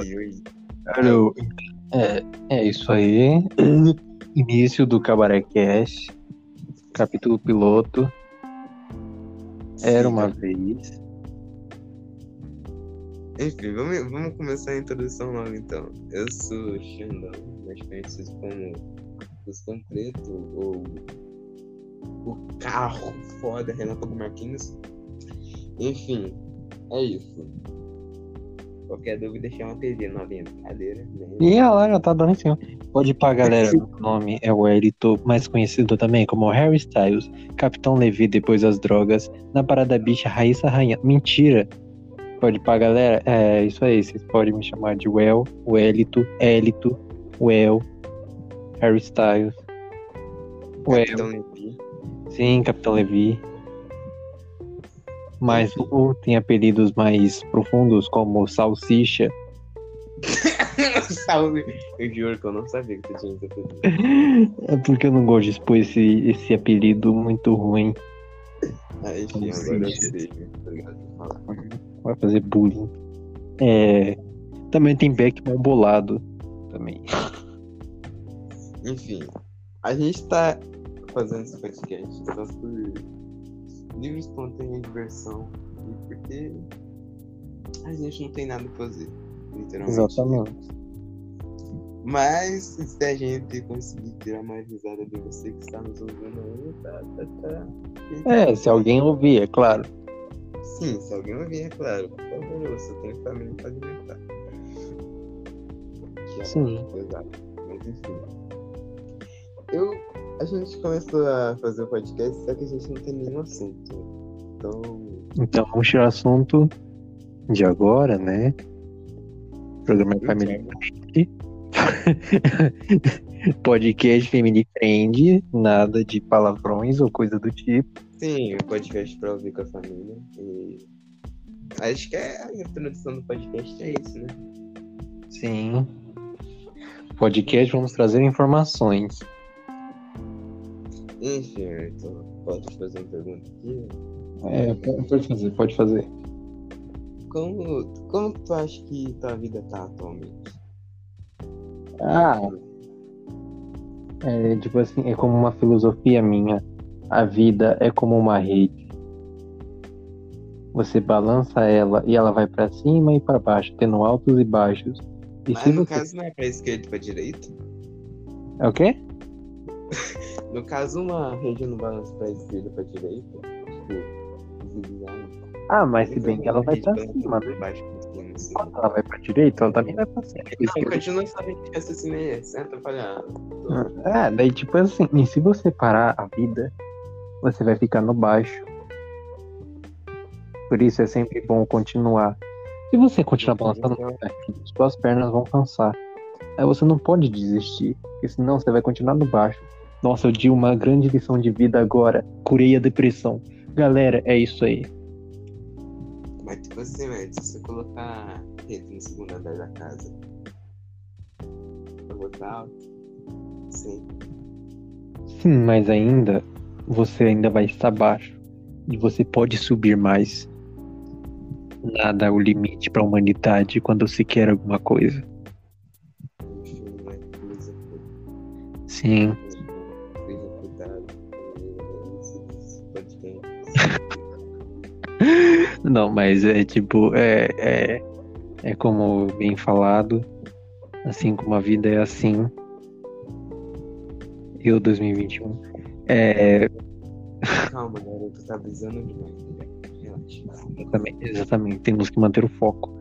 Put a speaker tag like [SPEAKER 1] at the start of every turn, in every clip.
[SPEAKER 1] oi.
[SPEAKER 2] Alô. É isso aí. Início do Cabaré Cast, capítulo piloto. Era
[SPEAKER 1] Sim,
[SPEAKER 2] uma
[SPEAKER 1] cara.
[SPEAKER 2] vez.
[SPEAKER 1] Enfim, vamos começar a introdução logo então. Eu sou o Xandão, mais conhecido como Fuscão Preto ou o carro foda Renato Marquinhos. Enfim, é isso. Qualquer dúvida, chama a TV, novinha brincadeira.
[SPEAKER 2] E ela já tá dando em cima. Pode ir pra galera. Meu nome é o Elito, mais conhecido também como Harry Styles, Capitão Levi depois das drogas, na Parada Bicha Raíssa Rainha. Mentira! Pode ir pra galera. É isso aí. Vocês podem me chamar de Well, o Elito, Well, Harry Styles.
[SPEAKER 1] Capitão
[SPEAKER 2] Well,
[SPEAKER 1] Levi.
[SPEAKER 2] sim, Capitão Levi. Mas
[SPEAKER 1] Enfim.
[SPEAKER 2] o tem apelidos mais profundos, como Salsicha.
[SPEAKER 1] Salve! Eu juro que eu não sabia que tu tinha esse apelido.
[SPEAKER 2] É porque eu não gosto de expor esse apelido muito ruim.
[SPEAKER 1] Enfim, agora eu sei. Obrigado por falar.
[SPEAKER 2] Vai fazer bullying. Também tem Beck mal bolado. Também.
[SPEAKER 1] Enfim, a gente tá fazendo esse podcast só por livre e espontânea diversão e porque a gente não tem nada pra fazer, literalmente.
[SPEAKER 2] Exatamente.
[SPEAKER 1] Mas se a gente conseguir tirar mais risada de você que está nos ouvindo aí,
[SPEAKER 2] Se alguém ouvir, é claro.
[SPEAKER 1] Sim, se alguém ouvir, é claro. Por favor, você tem família pra alimentar. Que é
[SPEAKER 2] Sim.
[SPEAKER 1] pesado. Mas enfim. A gente começou a fazer o podcast, só que a gente não tem nenhum assunto.
[SPEAKER 2] Então vamos tirar o assunto de agora, né? Programa Family Friend. Podcast Family Friend, nada de palavrões ou coisa do tipo.
[SPEAKER 1] Sim, um podcast pra ouvir com a família. E acho que a introdução do podcast é isso, né?
[SPEAKER 2] Sim. Podcast, vamos trazer informações.
[SPEAKER 1] Enfim, então, posso fazer uma pergunta aqui?
[SPEAKER 2] Pode fazer.
[SPEAKER 1] Como tu acha que tua vida tá atualmente?
[SPEAKER 2] Tipo assim, é como uma filosofia minha. A vida é como uma rede. Você balança ela e ela vai pra cima e pra baixo, tendo altos e baixos. E
[SPEAKER 1] Mas no caso não é pra esquerda e pra direita?
[SPEAKER 2] É o quê?
[SPEAKER 1] No caso, uma rede não balança pra esquerda e pra direita? Tipo, zigue-zague.
[SPEAKER 2] Mas se bem que ela vai pra cima, né?
[SPEAKER 1] Baixo, assim.
[SPEAKER 2] Quando ela vai pra direita, ela também vai pra cima.
[SPEAKER 1] Não, continua sabendo que essa assim é atrapalhado.
[SPEAKER 2] Daí tipo assim, e se você parar a vida, você vai ficar no baixo. Por isso é sempre bom continuar. Se você continuar balançando, suas pernas vão cansar. Aí você não pode desistir, porque senão você vai continuar no baixo. Nossa, eu dei uma grande lição de vida agora. Curei a depressão. Galera, é isso aí.
[SPEAKER 1] Mas tipo assim, velho, se você colocar rede no segundo andar da casa, eu vou estar alto. Sim.
[SPEAKER 2] Sim, mas ainda, você ainda vai estar baixo. E você pode subir mais. Nada é o limite para a humanidade quando se quer alguma coisa.
[SPEAKER 1] Enfim, né? Coisa
[SPEAKER 2] Sim.
[SPEAKER 1] cuidado.
[SPEAKER 2] Não, mas é tipo, é como bem falado, assim como a vida é assim. Eu 2021.
[SPEAKER 1] Calma, garoto, tá brisando demais.
[SPEAKER 2] Exatamente, temos que manter o foco.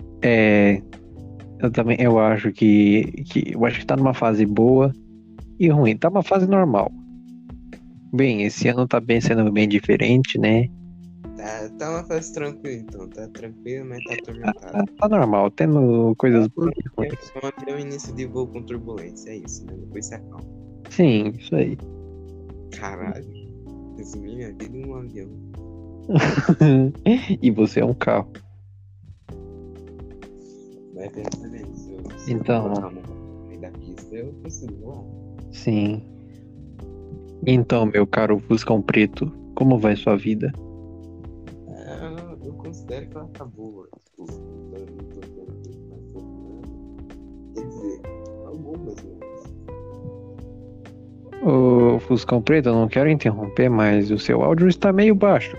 [SPEAKER 2] Eu acho que tá numa fase boa e ruim. Tá uma fase normal. Bem, esse ano tá sendo bem diferente, né?
[SPEAKER 1] Tá uma fase tranquila, então. Tá tranquilo, mas tá atormentado.
[SPEAKER 2] Tá normal, tendo coisas boas e ruins.
[SPEAKER 1] É o início de voo com turbulência, é isso, né? Depois se acalma.
[SPEAKER 2] Sim, isso aí.
[SPEAKER 1] Caralho. Resumir minha vida em um avião.
[SPEAKER 2] E você é um carro.
[SPEAKER 1] Vai pensa bem, se
[SPEAKER 2] Então,
[SPEAKER 1] eu botar uma no meio da pista, eu consigo voar.
[SPEAKER 2] sim. Então, meu caro Fuscão Preto, como vai sua vida?
[SPEAKER 1] Eu considero que ela tá boa. Tipo, algumas, né?
[SPEAKER 2] Ô, Fuscão Preto, eu não quero interromper, mas o seu áudio está meio baixo.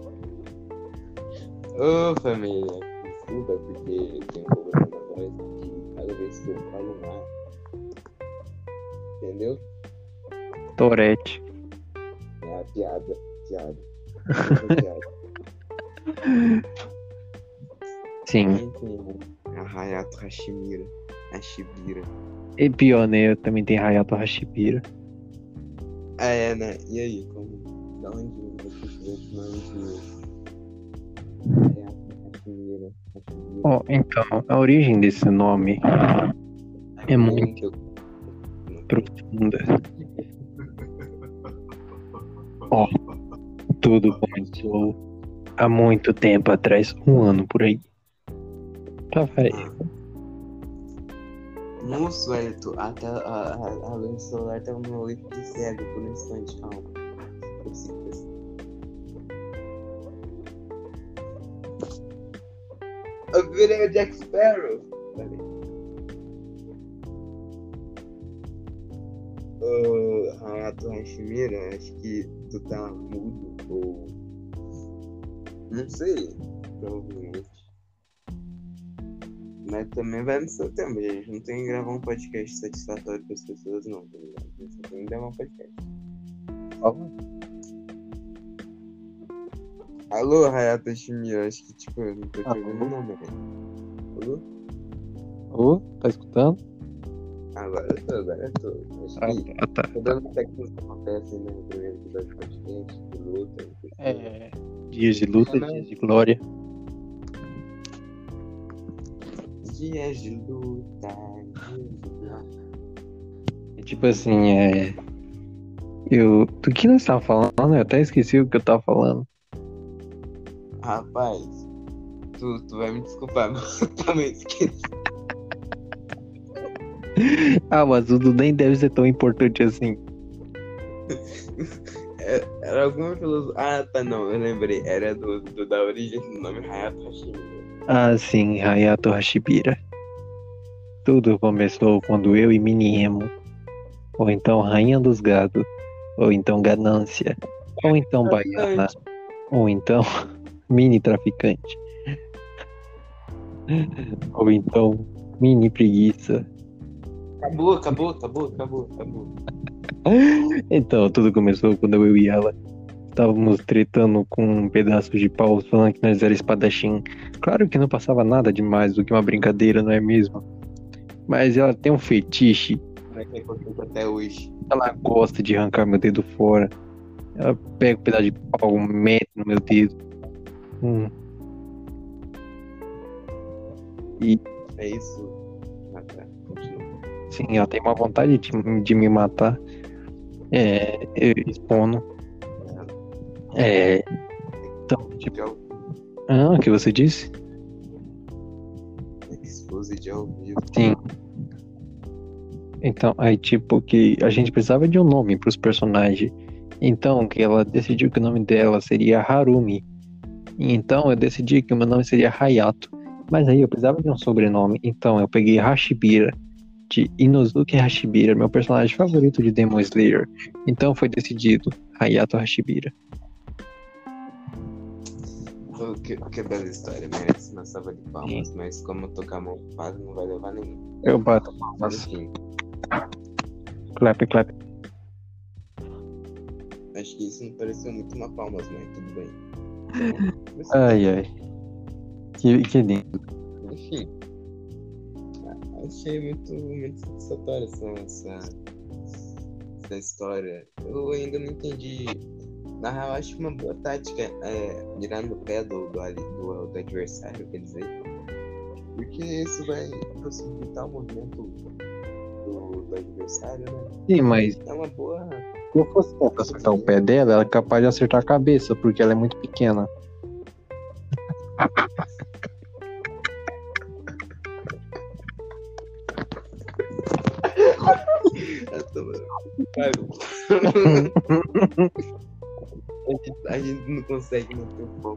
[SPEAKER 1] Ô, família, desculpa porque tem um problema na voz que cada vez que eu falo um ar, entendeu?
[SPEAKER 2] Torete.
[SPEAKER 1] É a piada.
[SPEAKER 2] Sim.
[SPEAKER 1] Enfim, a Hayato Hashimira.
[SPEAKER 2] E pior, né? Eu também tenho Hayato Hashibira.
[SPEAKER 1] Ah, é, né? E aí, como? Da onde você tirou esse nome de Hayato Hashimira?
[SPEAKER 2] Ó, então, a origem desse nome é muito profunda. Ó, tudo começou há muito tempo atrás, 1 ano por aí. Tá, vai.
[SPEAKER 1] Moço, velho, até a luz do celular tá no meu olho de cego por um instante, calma. Eu virei o Jack Sparrow. Peraí. Hayato Hashimira, acho que tu tá mudo ou... Não sei, provavelmente. Mas também vai no seu tempo, gente. Não tem que gravar um podcast satisfatório para as pessoas, não, tá ligado? A gente tem que gravar um podcast. Alô, Hayato Hashimira, acho que tipo, eu não tô te ouvindo não, velho. Alô?
[SPEAKER 2] Ô, tá escutando?
[SPEAKER 1] Agora eu tô. Acho que
[SPEAKER 2] Tá.
[SPEAKER 1] todas as técnicas que acontecem no primeiro episódio de podcast, de luta,
[SPEAKER 2] Dias de luta, dias de glória.
[SPEAKER 1] dias de luta.
[SPEAKER 2] Tipo assim, do que nós tava falando? Eu até esqueci o que eu tava falando.
[SPEAKER 1] Rapaz, tu vai me desculpar, mas eu também esqueci.
[SPEAKER 2] Mas o do nem deve ser tão importante assim.
[SPEAKER 1] Era alguma filosofia. Tá, não, eu lembrei. Era da origem do nome Hayato Hashimira.
[SPEAKER 2] Sim, Hayato Hashibira. Tudo começou quando eu e Mini Emo, ou então Rainha dos Gados, ou então Ganância, ou então Baiana, ou então Mini Traficante, ou então Mini Preguiça.
[SPEAKER 1] Acabou.
[SPEAKER 2] Então, tudo começou quando eu e ela estávamos tretando com um pedaço de pau, falando que nós era espadachim. Claro que não passava nada de mais do que uma brincadeira, não é mesmo? Mas ela tem um fetiche.
[SPEAKER 1] Vai ser importante até hoje.
[SPEAKER 2] Ela gosta de arrancar meu dedo fora. Ela pega um pedaço de pau, mete no meu dedo. E
[SPEAKER 1] É isso. Continua.
[SPEAKER 2] sim, ela tem uma vontade de me matar. Expondo. Então, tipo. O que você disse?
[SPEAKER 1] Expose de ao vivo.
[SPEAKER 2] Sim. Então, aí tipo que a gente precisava de um nome pros personagens. Então, que ela decidiu que o nome dela seria Harumi. Então, eu decidi que o meu nome seria Hayato. Mas aí eu precisava de um sobrenome. Então, eu peguei Hashibira, de Inosuke Hashibira, meu personagem favorito de Demon Slayer. Então, foi decidido Hayato Hashibira.
[SPEAKER 1] Que bela história, merece uma salva de palmas. Sim. Mas como eu tô com a mão ocupada, não vai levar nenhum.
[SPEAKER 2] Eu bato palmas.
[SPEAKER 1] Enfim.
[SPEAKER 2] Clap.
[SPEAKER 1] Acho que isso não pareceu muito uma palmas, mas tudo bem.
[SPEAKER 2] Ai. Que lindo.
[SPEAKER 1] Enfim. Achei muito satisfatória essa história. Eu ainda não entendi. Na real, acho que uma boa tática é mirar no pé do adversário, quer dizer. Porque isso vai possibilitar o movimento do adversário, né?
[SPEAKER 2] Sim, mas
[SPEAKER 1] é uma boa.
[SPEAKER 2] Se eu fosse tentar acertar o pé dela, ela é capaz de acertar a cabeça, porque ela é muito pequena.
[SPEAKER 1] A gente não consegue manter o foco.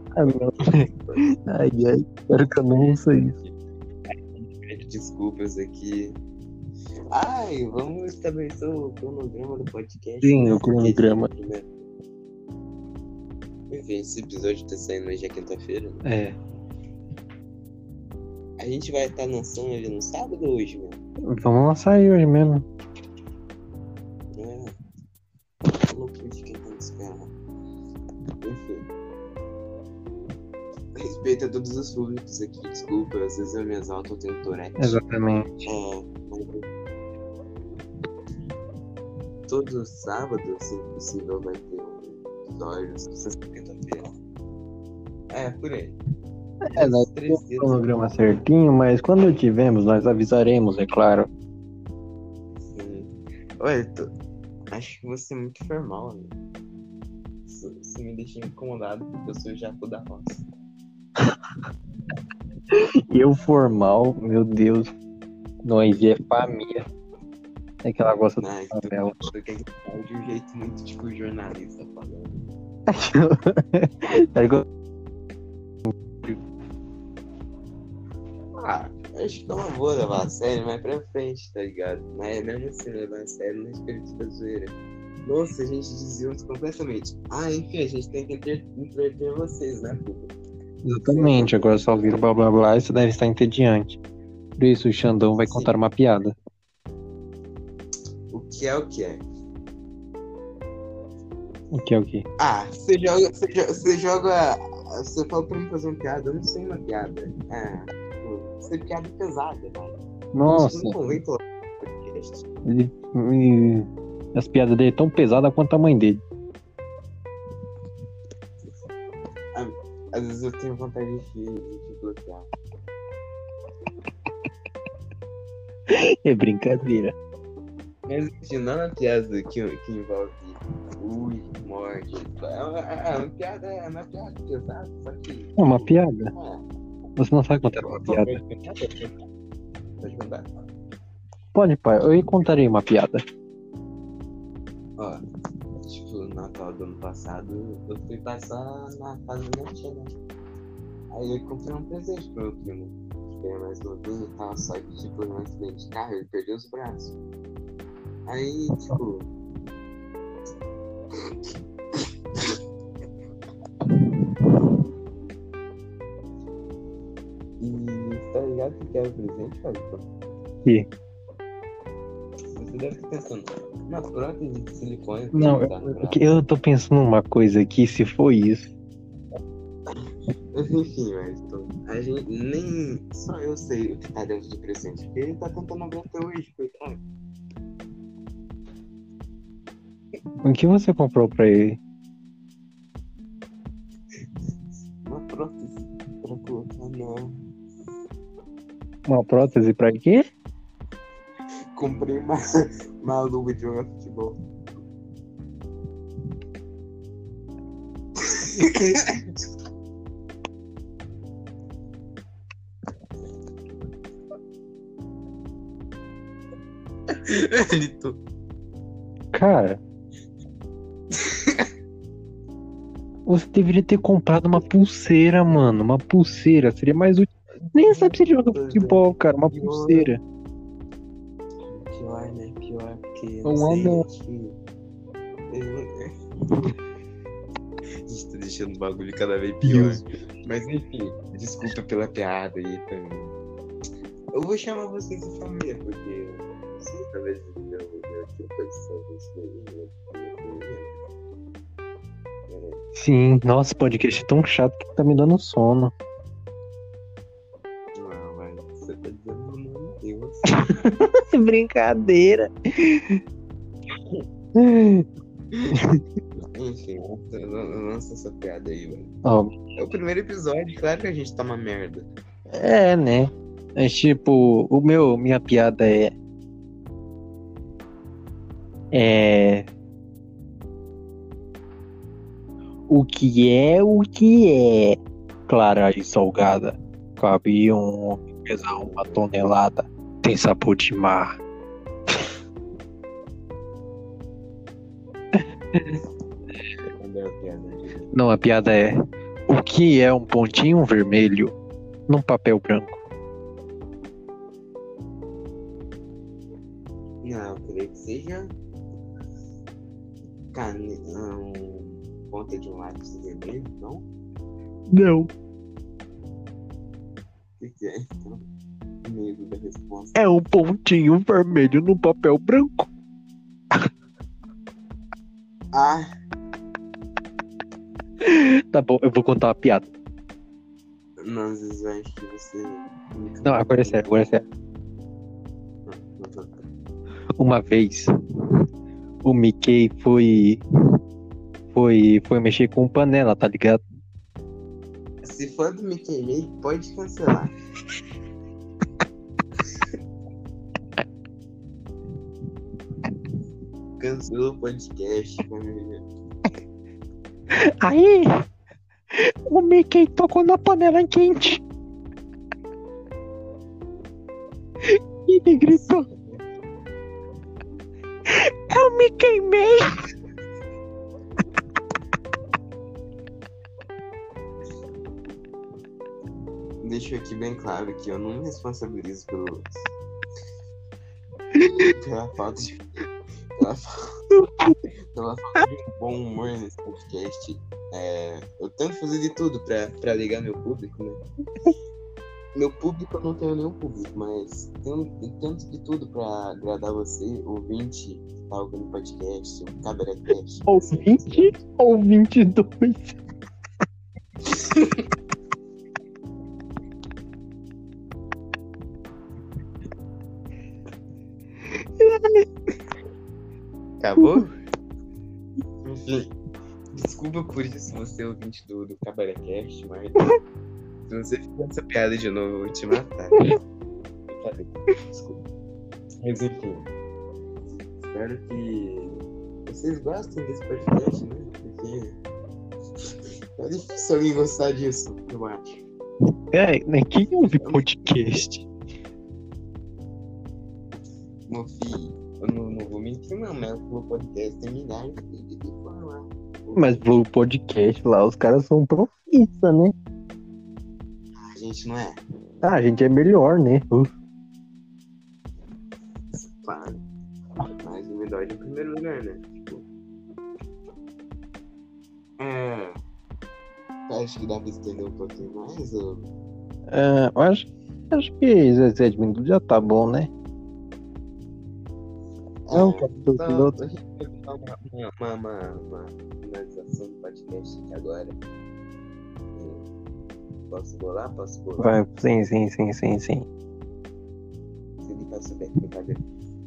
[SPEAKER 2] Ai, espero que eu não ouça isso.
[SPEAKER 1] Pede desculpas aqui. Ai, vamos estabelecer o cronograma do podcast.
[SPEAKER 2] Sim, o cronograma.
[SPEAKER 1] Enfim, esse episódio tá saindo hoje é quinta-feira, né?
[SPEAKER 2] É.
[SPEAKER 1] A gente vai estar lançando ele no sábado ou hoje mesmo?
[SPEAKER 2] Vamos lançar aí hoje mesmo.
[SPEAKER 1] Não pude quem esperar. Enfim. Respeito a todos os públicos aqui, desculpa, às vezes eu me exalto, eu tenho Tourette.
[SPEAKER 2] Exatamente.
[SPEAKER 1] Todo sábado, se possível, vai ter um episódio, sexta-feira. Por aí.
[SPEAKER 2] Nós temos o cronograma certinho, mas quando tivermos, nós avisaremos, é claro.
[SPEAKER 1] Sim. Olha, acho que você é muito formal, né? Isso me deixa incomodado porque eu sou jacu da roça.
[SPEAKER 2] Eu formal, meu Deus. Nós é família. É que ela gosta do papel.
[SPEAKER 1] Tu quer que fale de um jeito muito tipo jornalista falando. Acho que não vou levar a sério mais pra frente, tá ligado? Mas mesmo assim, levar a sério no espírito da zoeira. Nossa, a gente desviou completamente. Enfim, a gente tem que entreter vocês, né, público?
[SPEAKER 2] Exatamente, agora só ouvir o blá blá blá, isso deve estar entediante. Por isso, o Xandão vai contar uma piada.
[SPEAKER 1] O que é o que é?
[SPEAKER 2] O que é o quê?
[SPEAKER 1] Você joga. Você fala pra mim fazer uma piada, eu não sei uma piada. Isso é piada pesada, né?
[SPEAKER 2] Nossa.
[SPEAKER 1] Não convém colocar no podcast.
[SPEAKER 2] As piadas dele tão pesadas quanto a mãe dele.
[SPEAKER 1] Às vezes eu tenho vontade de bloquear.
[SPEAKER 2] É brincadeira.
[SPEAKER 1] Mas não é uma piada que envolve morte. É uma piada pesada, só que.
[SPEAKER 2] É uma piada? Você não sabe contar uma piada?
[SPEAKER 1] Pode mandar.
[SPEAKER 2] Pode, pai. Eu contarei uma piada.
[SPEAKER 1] Tipo, no Natal do ano passado, eu fui passar na casa da minha tia, né? Aí eu comprei um presente pro meu primo, que é mais novinho e tal, só que, tipo, num acidente de carro, ele perdeu os braços. Aí, tipo... E tá ligado que era o presente, Fábio?
[SPEAKER 2] Que?
[SPEAKER 1] Você deve estar pensando, uma prótese de silicone.
[SPEAKER 2] Não, eu tô pensando numa coisa aqui, se foi isso.
[SPEAKER 1] Enfim, mas a gente nem só eu sei o que tá dentro do presente, porque ele tá tentando abrir até hoje, coitado.
[SPEAKER 2] O que você comprou pra ele?
[SPEAKER 1] Uma prótese pra colocar na...
[SPEAKER 2] Uma prótese pra quê?
[SPEAKER 1] Comprei uma luva de jogar futebol.
[SPEAKER 2] Cara, você deveria ter comprado uma pulseira, mano. Uma pulseira seria mais útil. Nem sabe se ele joga futebol, cara. Uma pulseira.
[SPEAKER 1] Pior, né? Pior, porque
[SPEAKER 2] Um anel.
[SPEAKER 1] A gente tá deixando o bagulho cada vez pior. Mas enfim, desculpa pela piada aí também. Eu vou chamar vocês de família, porque não sei, talvez eu tenha condição disso daí.
[SPEAKER 2] Sim, nossa, podcast é tão chato que tá me dando sono.
[SPEAKER 1] Não, mas você tá dizendo meu Deus.
[SPEAKER 2] Brincadeira.
[SPEAKER 1] Enfim, lança essa piada aí, velho.
[SPEAKER 2] Ó,
[SPEAKER 1] É o primeiro episódio, claro que a gente tá uma merda.
[SPEAKER 2] é, né? É tipo, minha piada o que é clara e salgada? Cabe um homem pesar 1 tonelada. Tem sabor de mar. Não, a piada é: o que é um pontinho vermelho num papel branco?
[SPEAKER 1] meia, ponta de um lápis vermelho, não?
[SPEAKER 2] Não.
[SPEAKER 1] O que é, então? Medo da resposta.
[SPEAKER 2] É um pontinho vermelho no papel branco.
[SPEAKER 1] Ah,
[SPEAKER 2] Tá bom, eu vou contar uma piada.
[SPEAKER 1] não, às vezes eu acho que você...
[SPEAKER 2] Não, agora é sério,
[SPEAKER 1] Não.
[SPEAKER 2] Uma vez, o Mickey foi mexer com panela, tá ligado?
[SPEAKER 1] Se for do Mickey May, pode cancelar. Cancelou o podcast, família.
[SPEAKER 2] Aí, o Mickey tocou na panela quente. E ele gritou: eu me queimei.
[SPEAKER 1] Deixo aqui bem claro que eu não me responsabilizo pela falta de bom humor nesse podcast. Eu tento fazer de tudo pra ligar meu público, né? Meu público, eu não tenho nenhum público, mas tento de tudo pra agradar você, ouvinte que tá ouvindo o podcast, o Cabaretcast.
[SPEAKER 2] Ouvinte ou 22?
[SPEAKER 1] Acabou? Enfim, desculpa por isso, você ouvinte do Cabaretcast, mas se você fizer essa piada de novo, eu vou te matar. Desculpa. Mas enfim, espero que vocês gostem desse podcast, né? Porque é difícil alguém gostar disso, eu acho.
[SPEAKER 2] Quem ouve podcast?
[SPEAKER 1] Meu filho, eu não vou mentir não, mas o podcast tem milhares de fãs lá.
[SPEAKER 2] Mas o podcast lá, os caras são profissa, né?
[SPEAKER 1] A gente não é?
[SPEAKER 2] Ah, a gente é melhor, né?
[SPEAKER 1] Claro. Mas o melhor em primeiro lugar, né? Tipo... Acho que dá pra estender um pouquinho mais, ou...
[SPEAKER 2] Eu acho que Zezé de Minuto já tá bom, né? Não,
[SPEAKER 1] então, a gente vai dar uma finalização do podcast aqui agora. Posso bolar?
[SPEAKER 2] Vai, sim.
[SPEAKER 1] Se ligar sobre brincadeira.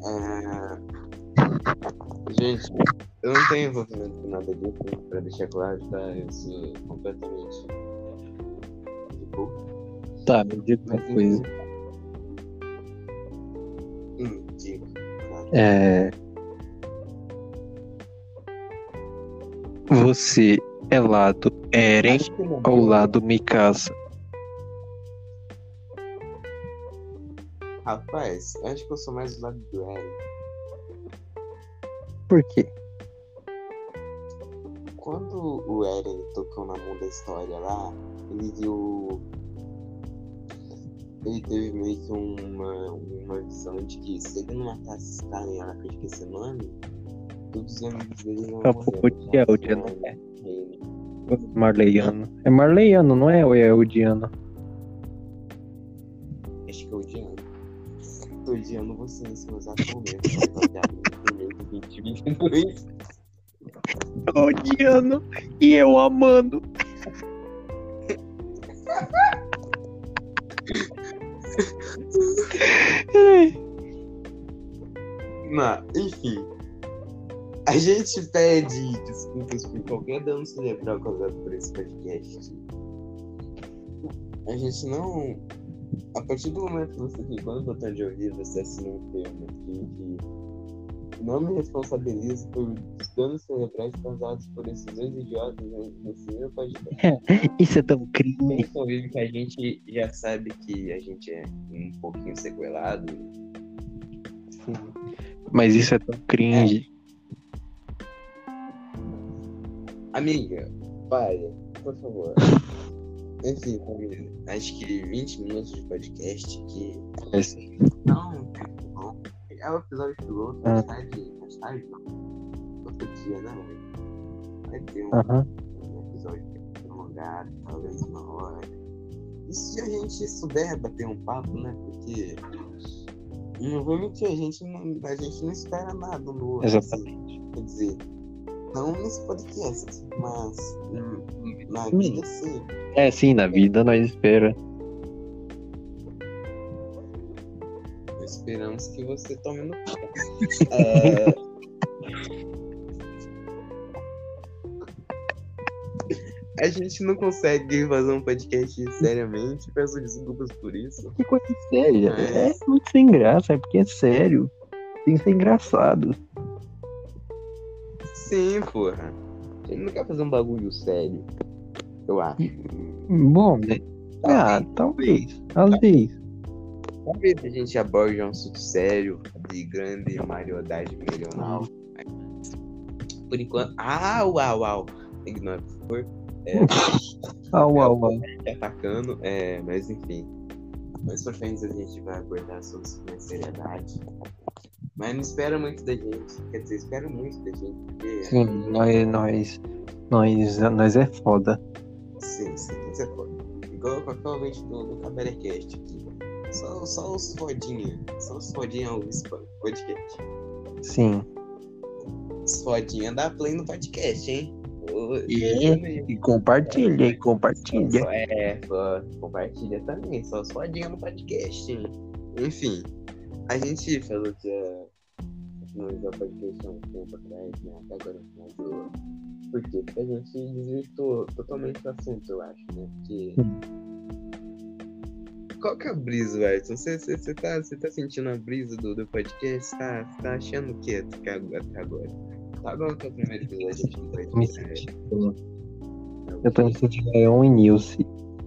[SPEAKER 1] Gente, eu não tenho envolvimento com nada disso, pra deixar claro, tá? Eu sou completamente de boa.
[SPEAKER 2] Tá, me diga uma coisa.
[SPEAKER 1] Diga, claro.
[SPEAKER 2] Você é lado Eren ou lado Mikasa?
[SPEAKER 1] Rapaz, eu acho que eu sou mais do lado do Eren.
[SPEAKER 2] Por quê?
[SPEAKER 1] Quando o Eren tocou na mão da história lá, ele teve meio que uma visão de que se ele não matasse esse cara e ela que eu esqueci o nome, todos os amigos dele não morrer.
[SPEAKER 2] O Diano é Marleiano. É Marleiano, não é? Ou é o Diano?
[SPEAKER 1] Acho que é o Diano. Tô odiando você nesse exato momento, rapaziada. No meio do 2022.
[SPEAKER 2] Odiando e eu amando.
[SPEAKER 1] Não, enfim. A gente pede desculpas por qualquer dano cerebral causado por esse podcast. A gente não... A partir do momento que você clicou no botão de ouvir, você assinou um termo que não me responsabilizo por danos cerebrais causados por esses dois idiotas nesse meu podcast.
[SPEAKER 2] Isso é tão crime.
[SPEAKER 1] Quem convive com a gente já sabe que a gente é um pouquinho sequelado.
[SPEAKER 2] Sim. Mas isso é tão cringe.
[SPEAKER 1] Amiga, pare, por favor. Enfim, família, acho que 20 minutos de podcast que...
[SPEAKER 2] É sim.
[SPEAKER 1] Não, é o episódio piloto, tá de mais tarde, não. Outro dia, né, velho? Vai ter
[SPEAKER 2] Aham.
[SPEAKER 1] um episódio prolongado, talvez 1 hora. E se a gente souber bater um papo, né? Porque não vou mentir, a gente não espera nada no outro.
[SPEAKER 2] Exatamente.
[SPEAKER 1] Assim. Quer dizer, não nesse podcast, mas na vida sim.
[SPEAKER 2] Sim, na vida nós espera.
[SPEAKER 1] Esperamos que você tome no cu. A gente não consegue fazer um podcast seriamente, peço desculpas por isso.
[SPEAKER 2] Que coisa séria. É muito sem graça, é porque é sério. Tem que ser engraçado.
[SPEAKER 1] Sim, porra. A gente não quer fazer um bagulho sério, eu acho.
[SPEAKER 2] Bom, né? Talvez. Às vezes.
[SPEAKER 1] Talvez a gente aborde um assunto sério de grande maioridade milional. Por enquanto. Uau. Ignora, por favor.
[SPEAKER 2] Uau.
[SPEAKER 1] Atacando, mas enfim. Mais pra frente a gente vai abordar assuntos com mais seriedade. Mas não espera muito da gente. Quer dizer, espera muito da gente. Porque
[SPEAKER 2] Sim, nós é foda.
[SPEAKER 1] Sim, isso é foda. Igual qualquer ouvinte do Caberecast aqui. Só os fodinha. Só os fodinha ouvem esse podcast.
[SPEAKER 2] Sim.
[SPEAKER 1] Os fodinha dá play no podcast, hein?
[SPEAKER 2] E compartilha.
[SPEAKER 1] Compartilha também. Só os fodinha no podcast, hein? Enfim, a gente falou que ia finalizar o podcast há um tempo atrás, né? Até agora no final do ano. Por quê? Porque a gente desvirtuou totalmente o assunto, eu acho, né? Porque... Qual que é a brisa, Edson? Você tá sentindo a brisa do podcast? Tá achando o que até agora? Tá bom que é o primeiro episódio do podcast.
[SPEAKER 2] Eu tô me sentindo Leon e Nilce.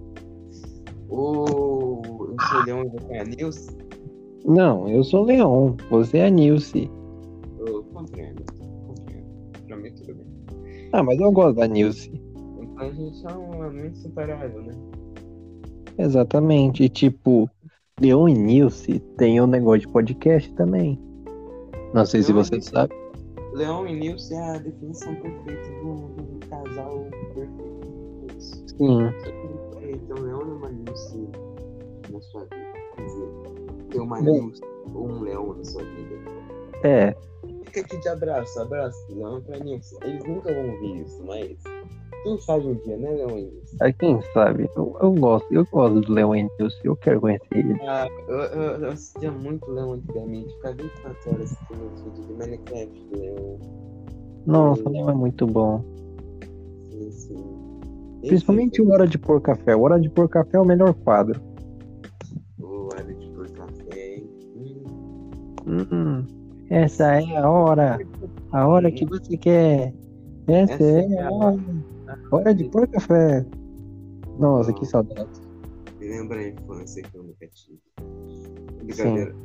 [SPEAKER 1] O Leão e você é a Nilce?
[SPEAKER 2] Não, eu sou o Leon, você é a Nilce.
[SPEAKER 1] Eu compreendo. Pra mim tudo bem.
[SPEAKER 2] Mas eu gosto da Nilce.
[SPEAKER 1] Então a gente é um amigo insuperável, né?
[SPEAKER 2] Exatamente. E tipo, Leon e Nilce tem um negócio de podcast também. Não sei se você sabe.
[SPEAKER 1] Leon e Nilce é a definição perfeita do casal perfeito.
[SPEAKER 2] Sim.
[SPEAKER 1] Então, Leon e uma Nilce na sua vida. Quer dizer, ter uma Nilce ou um Leon na sua vida. Fica aqui de abraço, Leon pra Nilce. Eles nunca vão ouvir isso, mas quem sabe um dia, né, Leon e Nilce?
[SPEAKER 2] Quem sabe? Eu gosto do Leon e Nilce, eu quero conhecer ele.
[SPEAKER 1] Eu assistia muito Leon antigamente, ficava 24 horas assistindo os vídeos de Minecraft do Leon.
[SPEAKER 2] Nossa, o Leon é muito bom.
[SPEAKER 1] Sim.
[SPEAKER 2] Principalmente o Hora de Pôr Café. O Hora de Pôr Café é o melhor quadro.
[SPEAKER 1] O Hora de Pôr Café.
[SPEAKER 2] Essa é a hora que você quer. Essa é a hora de pôr café. Nossa, que saudade.
[SPEAKER 1] Me lembra a infância que eu nunca tive. Brincadeira.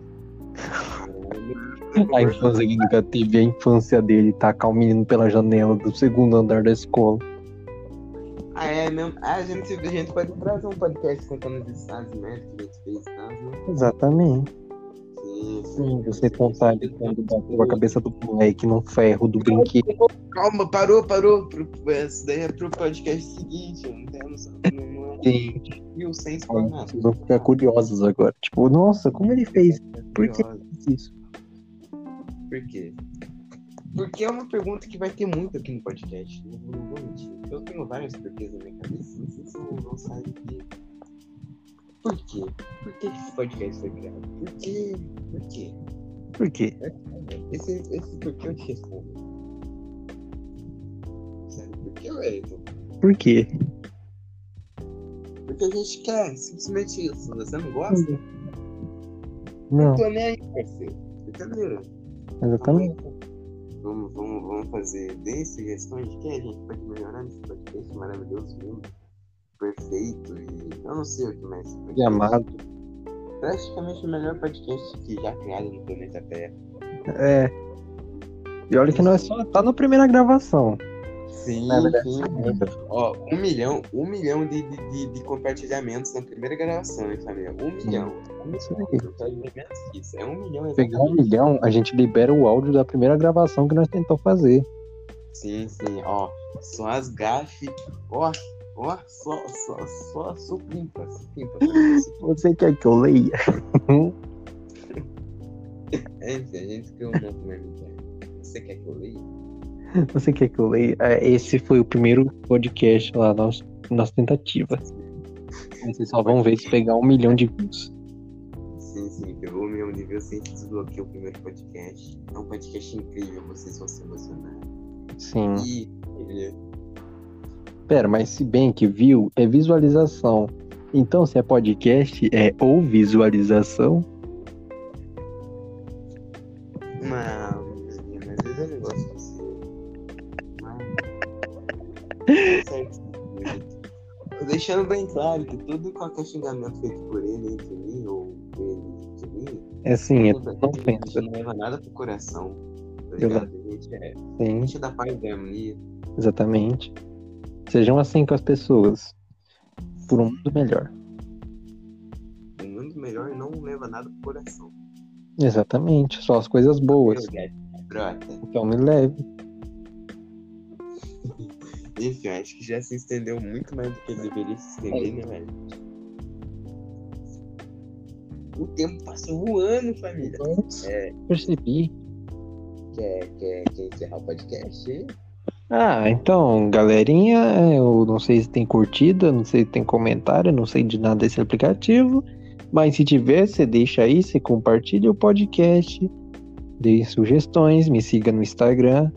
[SPEAKER 2] A infância que nunca tive, a infância dele, tacar o menino pela janela do segundo andar da escola.
[SPEAKER 1] É mesmo? A gente pode trazer um podcast contando as merdas que a gente fez, tá? Né?
[SPEAKER 2] Exatamente.
[SPEAKER 1] Sim,
[SPEAKER 2] você contar ele quando bateu a cabeça do moleque no ferro do brinquedo.
[SPEAKER 1] Calma, parou. Isso daí é pro podcast seguinte, não temos. Não é.
[SPEAKER 2] Sim.
[SPEAKER 1] E o sem spoiler.
[SPEAKER 2] Vocês vão ficar curiosos agora. Tipo, nossa, como ele fez? Por que ele fez isso?
[SPEAKER 1] Por quê? Porque é uma pergunta que vai ter muito aqui no podcast. Não vou mentir. Eu tenho várias porquês na minha cabeça. Não sei se eu vou sair daqui. Por quê? Por que esse podcast foi criado? Por quê?
[SPEAKER 2] Por quê?
[SPEAKER 1] Esse porquê eu te respondo. Sério, por que, Wellington?
[SPEAKER 2] Por quê?
[SPEAKER 1] Porque a gente quer, simplesmente isso. Você não gosta?
[SPEAKER 2] Não.
[SPEAKER 1] Eu tô nem aí, parceiro. Entendeu?
[SPEAKER 2] Exatamente.
[SPEAKER 1] Vamos fazer 10 sugestões de que a gente pode melhorar nesse podcast maravilhoso, lindo, perfeito e eu não sei o que mais.
[SPEAKER 2] E amado.
[SPEAKER 1] Praticamente o melhor podcast que já criado no planeta Terra.
[SPEAKER 2] E olha que nós só tá na primeira gravação.
[SPEAKER 1] Sim,
[SPEAKER 2] Na verdade,
[SPEAKER 1] sim. Ó, 1 milhão de compartilhamentos na primeira gravação, hein, família? 1 milhão.
[SPEAKER 2] isso aí.
[SPEAKER 1] Não pode ver menos que isso. É 1 milhão
[SPEAKER 2] Pegar 1
[SPEAKER 1] exatamente.
[SPEAKER 2] milhão, a gente libera o áudio da primeira gravação que nós tentamos fazer.
[SPEAKER 1] Sim, sim. Ó, só as gafes. Ó, só supimpa.
[SPEAKER 2] Você quer que eu leia?
[SPEAKER 1] Enfim, a gente criou um novo meme. Você quer que eu leia?
[SPEAKER 2] Você quer que eu leia? Esse foi o primeiro podcast lá, nossa tentativa. Vocês só vão ver se pegar 1 milhão de views.
[SPEAKER 1] Sim, pegou 1 milhão de views, a gente desbloqueou o primeiro podcast. É um podcast incrível, vocês vão se emocionar.
[SPEAKER 2] Sim.
[SPEAKER 1] E
[SPEAKER 2] Pera, mas se bem que view é visualização. Então, se é podcast, é ou visualização?
[SPEAKER 1] mas eu não gosto disso. Mas deixando bem claro que tudo qualquer xingamento feito por ele entre mim ou ele de mim,
[SPEAKER 2] É sim, é
[SPEAKER 1] tudo
[SPEAKER 2] não
[SPEAKER 1] a gente
[SPEAKER 2] pensa.
[SPEAKER 1] não leva nada pro coração. Tá
[SPEAKER 2] Eu-
[SPEAKER 1] ligado? A gente é
[SPEAKER 2] Sim,
[SPEAKER 1] da paz da harmonia.
[SPEAKER 2] exatamente. Sejam assim com as pessoas. Por um mundo melhor.
[SPEAKER 1] Um mundo melhor não leva nada pro coração.
[SPEAKER 2] Exatamente, só as coisas boas.
[SPEAKER 1] Meu gato, brota.
[SPEAKER 2] Então me leve.
[SPEAKER 1] Enfim, acho que já se estendeu muito mais do que deveria se estender, né, velho? O tempo passou voando, família.
[SPEAKER 2] Percebi.
[SPEAKER 1] Quer encerrar o podcast?
[SPEAKER 2] Então, galerinha, eu não sei se tem curtida, não sei se tem comentário, não sei de nada desse aplicativo, mas se tiver, você deixa aí, você compartilha o podcast, dê sugestões, me siga no Instagram.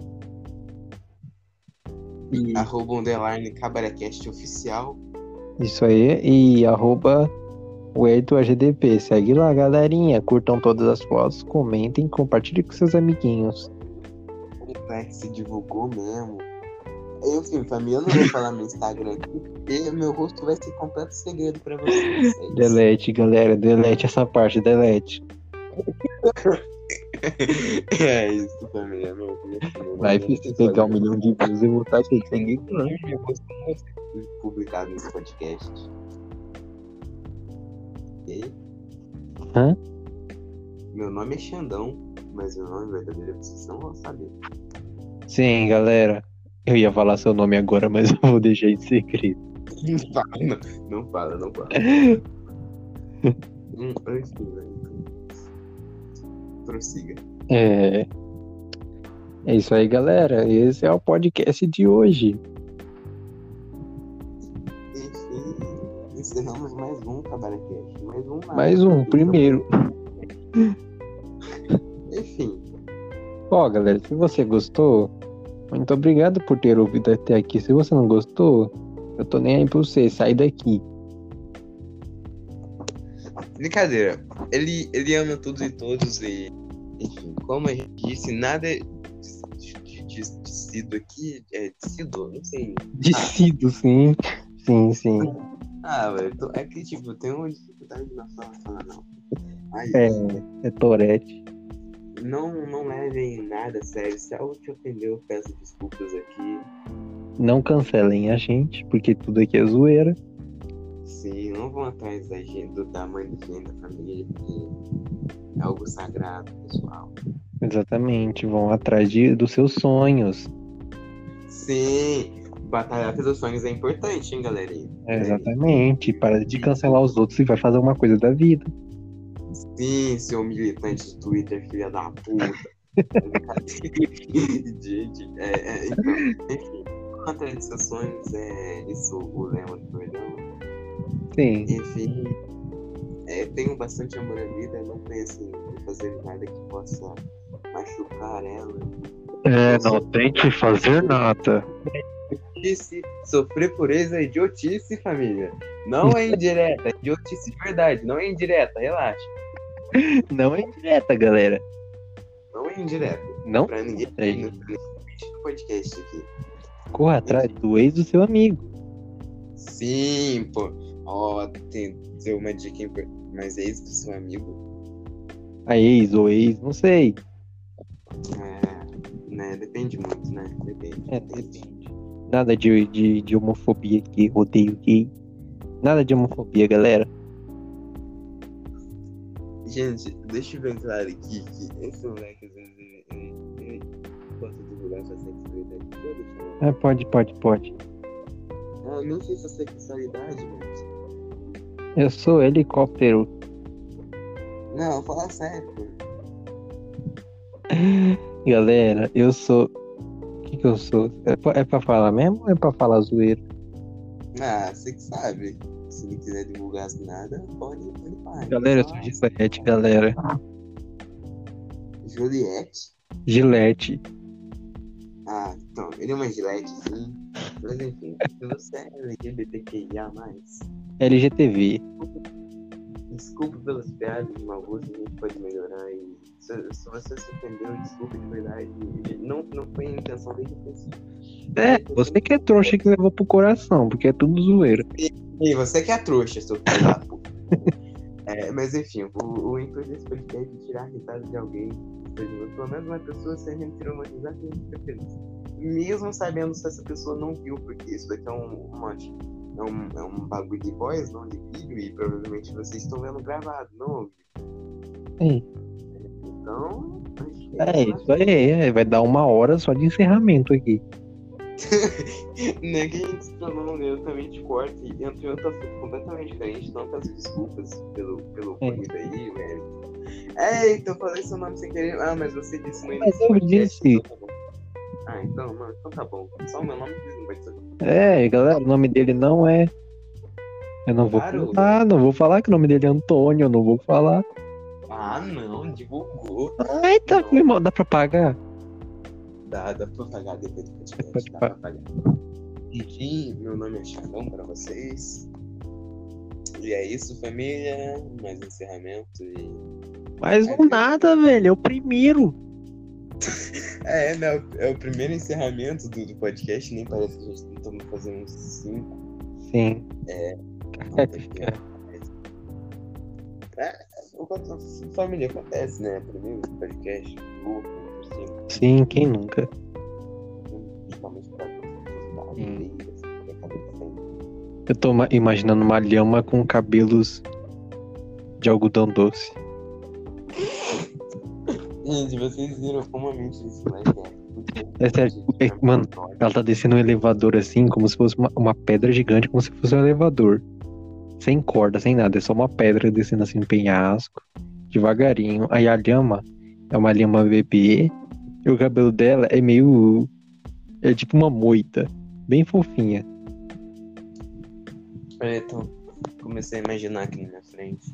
[SPEAKER 2] E
[SPEAKER 1] @_cabarecast oficial.
[SPEAKER 2] isso aí, e @o8agdp. Segue lá, galerinha, curtam todas as fotos, comentem, compartilhem com seus amiguinhos.
[SPEAKER 1] O Flex se divulgou mesmo. Enfim, família, eu não vou falar meu Instagram aqui, porque meu rosto vai ser completo segredo pra vocês. É isso.
[SPEAKER 2] Delete, galera, delete essa parte, delete.
[SPEAKER 1] É isso, família. Meu
[SPEAKER 2] Vai se pegar 1 milhão de views, eu vou estar aqui sem ninguém.
[SPEAKER 1] Meu rosto não vai ser publicado nesse podcast. Ok?
[SPEAKER 2] Hã?
[SPEAKER 1] Meu nome é Xandão, mas meu nome verdadeiro vocês não vão saber.
[SPEAKER 2] Sim, galera. Eu ia falar seu nome agora, mas eu vou deixar em segredo.
[SPEAKER 1] Não fala. Enfim, prossiga.
[SPEAKER 2] É isso aí, galera. Esse é o podcast de hoje.
[SPEAKER 1] Enfim, encerramos mais um Cabarecast.
[SPEAKER 2] Mais um, primeiro.
[SPEAKER 1] Enfim.
[SPEAKER 2] Ó, galera, se você gostou, muito obrigado por ter ouvido até aqui. Se você não gostou, eu tô nem aí pra você. Sai daqui.
[SPEAKER 1] Brincadeira. Ele ama tudo e todos e... Enfim, como a gente disse, nada é decido aqui. Decido? Não sei.
[SPEAKER 2] Decido, sim. Sim.
[SPEAKER 1] Velho. É que, tipo, tem uma dificuldade na fala, não. Aí,
[SPEAKER 2] É Tourette.
[SPEAKER 1] Não levem nada a sério. Se algo te ofendeu, eu peço desculpas aqui.
[SPEAKER 2] Não cancelem a gente, porque tudo aqui é zoeira.
[SPEAKER 1] Sim, não vão atrás da mãe de quem, da família, porque é algo sagrado, pessoal.
[SPEAKER 2] Exatamente, vão atrás dos seus sonhos.
[SPEAKER 1] Sim, batalhar pelos sonhos é importante, hein, galerinha?
[SPEAKER 2] Exatamente, para de cancelar os outros e vai fazer uma coisa da vida.
[SPEAKER 1] Sim, seu militante do Twitter, filha da puta. Gente, então, enfim, atrás dos seus sonhos, isso o lema do programa.
[SPEAKER 2] Sim.
[SPEAKER 1] Enfim, tenho bastante amor à vida, não pense em fazer nada que possa machucar ela.
[SPEAKER 2] Não tente fazer nada.
[SPEAKER 1] Sofrer por eles é idiotice, família. Não é indireta, é idiotice de verdade. Não é indireta, relaxa.
[SPEAKER 2] Não é indireta, galera.
[SPEAKER 1] Não é indireta.
[SPEAKER 2] Não
[SPEAKER 1] Pra ninguém no podcast aqui.
[SPEAKER 2] corra atrás do ex do seu amigo.
[SPEAKER 1] Sim, pô. Tem uma dica importante. Mas é isso do seu amigo?
[SPEAKER 2] A ex ou ex, não sei.
[SPEAKER 1] Né? Depende muito, né? Depende.
[SPEAKER 2] Depende. Nada de homofobia aqui, odeio gay. Nada de homofobia, galera.
[SPEAKER 1] Gente, deixa eu bem claro aqui que esse moleque, às vezes, ele gosta de divulgar sua sexualidade toda.
[SPEAKER 2] Pode.
[SPEAKER 1] Eu não sei sua sexualidade, mas...
[SPEAKER 2] Eu sou helicóptero.
[SPEAKER 1] Não, fala sério, pô.
[SPEAKER 2] Galera, eu sou... O que eu sou? É pra falar mesmo ou é pra falar zoeiro?
[SPEAKER 1] Ah, você que sabe. Se não quiser divulgar nada, pode falar.
[SPEAKER 2] Galera, eu sou Gillette, galera.
[SPEAKER 1] Juliette?
[SPEAKER 2] Gillette.
[SPEAKER 1] Ah, então, ele é uma Gillette, sim. Mas enfim, se você é LGBTQIA+,
[SPEAKER 2] LGTV.
[SPEAKER 1] desculpa pelas piadas de mau gosto, a gente pode melhorar. E se você se ofendeu, desculpa de verdade. Não foi a intenção desde o princípio.
[SPEAKER 2] Você que é trouxa que levou pro coração, porque é tudo zoeiro.
[SPEAKER 1] E você que é trouxa, seu filho da puta. Mas enfim, o intuito desse podcast é tirar a risada de alguém. Pelo menos uma pessoa, se a gente tirou uma risada, a gente fica feliz. Mesmo sabendo se essa pessoa não viu, porque isso daqui é um bagulho de voz, não de vídeo, e provavelmente vocês estão vendo gravado, não ouvindo. Então,
[SPEAKER 2] Isso aí, vai dar 1 hora só de encerramento aqui.
[SPEAKER 1] Não é que a gente se tornou diretamente corte e entrou em outro assunto completamente diferente. Então peço desculpas pelo ocorrido aí, velho. Então eu falei seu nome sem querer. Ah, mas você disse no início.
[SPEAKER 2] Mas eu disse.
[SPEAKER 1] Então tá bom. Então tá bom. Só o meu nome não vai ser.
[SPEAKER 2] Galera, o nome dele não é. Eu não vou
[SPEAKER 1] Claro.
[SPEAKER 2] falar, não vou falar que o nome dele é Antônio, eu não vou falar.
[SPEAKER 1] Ah, não, divulgou.
[SPEAKER 2] Eita, foi mal, dá pra pagar?
[SPEAKER 1] Dá pra pagar depois do podcast.
[SPEAKER 2] Pode
[SPEAKER 1] Dá pra pagar. Enfim, meu nome é Charlão pra vocês. E é isso, família. Mais um encerramento e.
[SPEAKER 2] Mas não nada, velho, é o primeiro.
[SPEAKER 1] Né? É o primeiro encerramento do podcast. Nem parece que a gente tentou fazer uns 5.
[SPEAKER 2] Sim.
[SPEAKER 1] Família, acontece, né? Primeiro podcast, grupo,
[SPEAKER 2] Sim, quem nunca?
[SPEAKER 1] principalmente pra
[SPEAKER 2] Eu tô imaginando uma lhama com cabelos de algodão doce.
[SPEAKER 1] Gente, vocês viram como a mente desse moleque
[SPEAKER 2] É sério, mano, ela tá descendo um elevador assim, como se fosse uma pedra gigante, como se fosse um elevador. Sem corda, sem nada, é só uma pedra descendo assim um penhasco, devagarinho. Aí a lhama é uma lhama bebê, e o cabelo dela é meio... É tipo uma moita, bem fofinha.
[SPEAKER 1] Então, comecei a imaginar aqui na minha frente.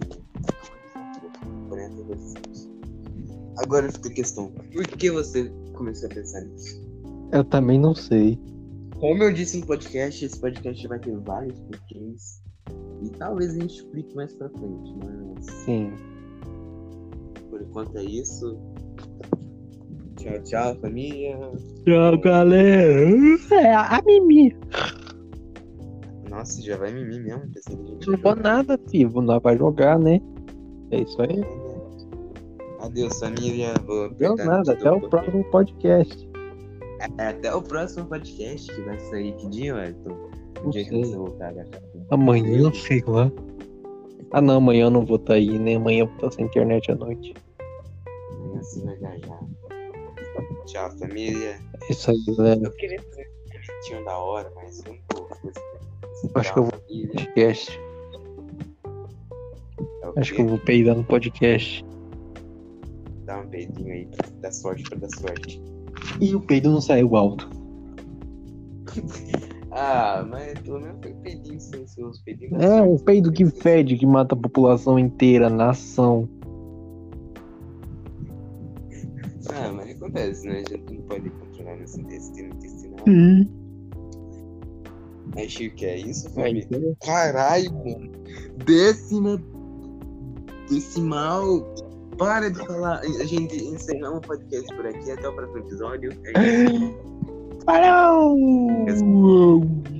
[SPEAKER 1] Agora fica a questão, por que você começou a pensar nisso?
[SPEAKER 2] Eu também não sei.
[SPEAKER 1] Como eu disse no podcast, esse podcast vai ter vários porquês. E talvez a gente explique mais pra frente, mas...
[SPEAKER 2] Sim.
[SPEAKER 1] Por enquanto é isso. Tchau, família.
[SPEAKER 2] Tchau, galera. É a Mimi.
[SPEAKER 1] Nossa, já vai mimir mesmo? Pensei que a gente
[SPEAKER 2] Não vou nada, filho. Nós vai jogar, né? É isso aí.
[SPEAKER 1] Adeus, família. Vou
[SPEAKER 2] Não nada. Até o próximo podcast.
[SPEAKER 1] Até o próximo podcast, que vai sair que dia, Wellington? O dia que você voltar da casa.
[SPEAKER 2] Amanhã, sei lá. Ah, não. Amanhã eu não vou estar aí, né? Amanhã eu vou estar sem internet à noite.
[SPEAKER 1] Amanhã você vai viajar. Tchau, família.
[SPEAKER 2] É isso aí, galera.
[SPEAKER 1] Eu queria fazer um bonitinho da hora, mas eu não vou fazer.
[SPEAKER 2] Acho que eu vou no podcast. Acho que eu vou peidar no podcast.
[SPEAKER 1] Dá um peidinho aí, dá sorte pra dar sorte.
[SPEAKER 2] E o peido não saiu alto.
[SPEAKER 1] Mas pelo menos foi peidinho silencioso.
[SPEAKER 2] O peido que fede, que mata a população inteira, nação.
[SPEAKER 1] Mas acontece, né? A gente não pode controlar nosso destino intestinal. Acho que é isso, família. Caralho, mano. Decimal. Para de falar. A gente encerra um podcast por aqui. Até o próximo episódio. É isso.
[SPEAKER 2] Falou!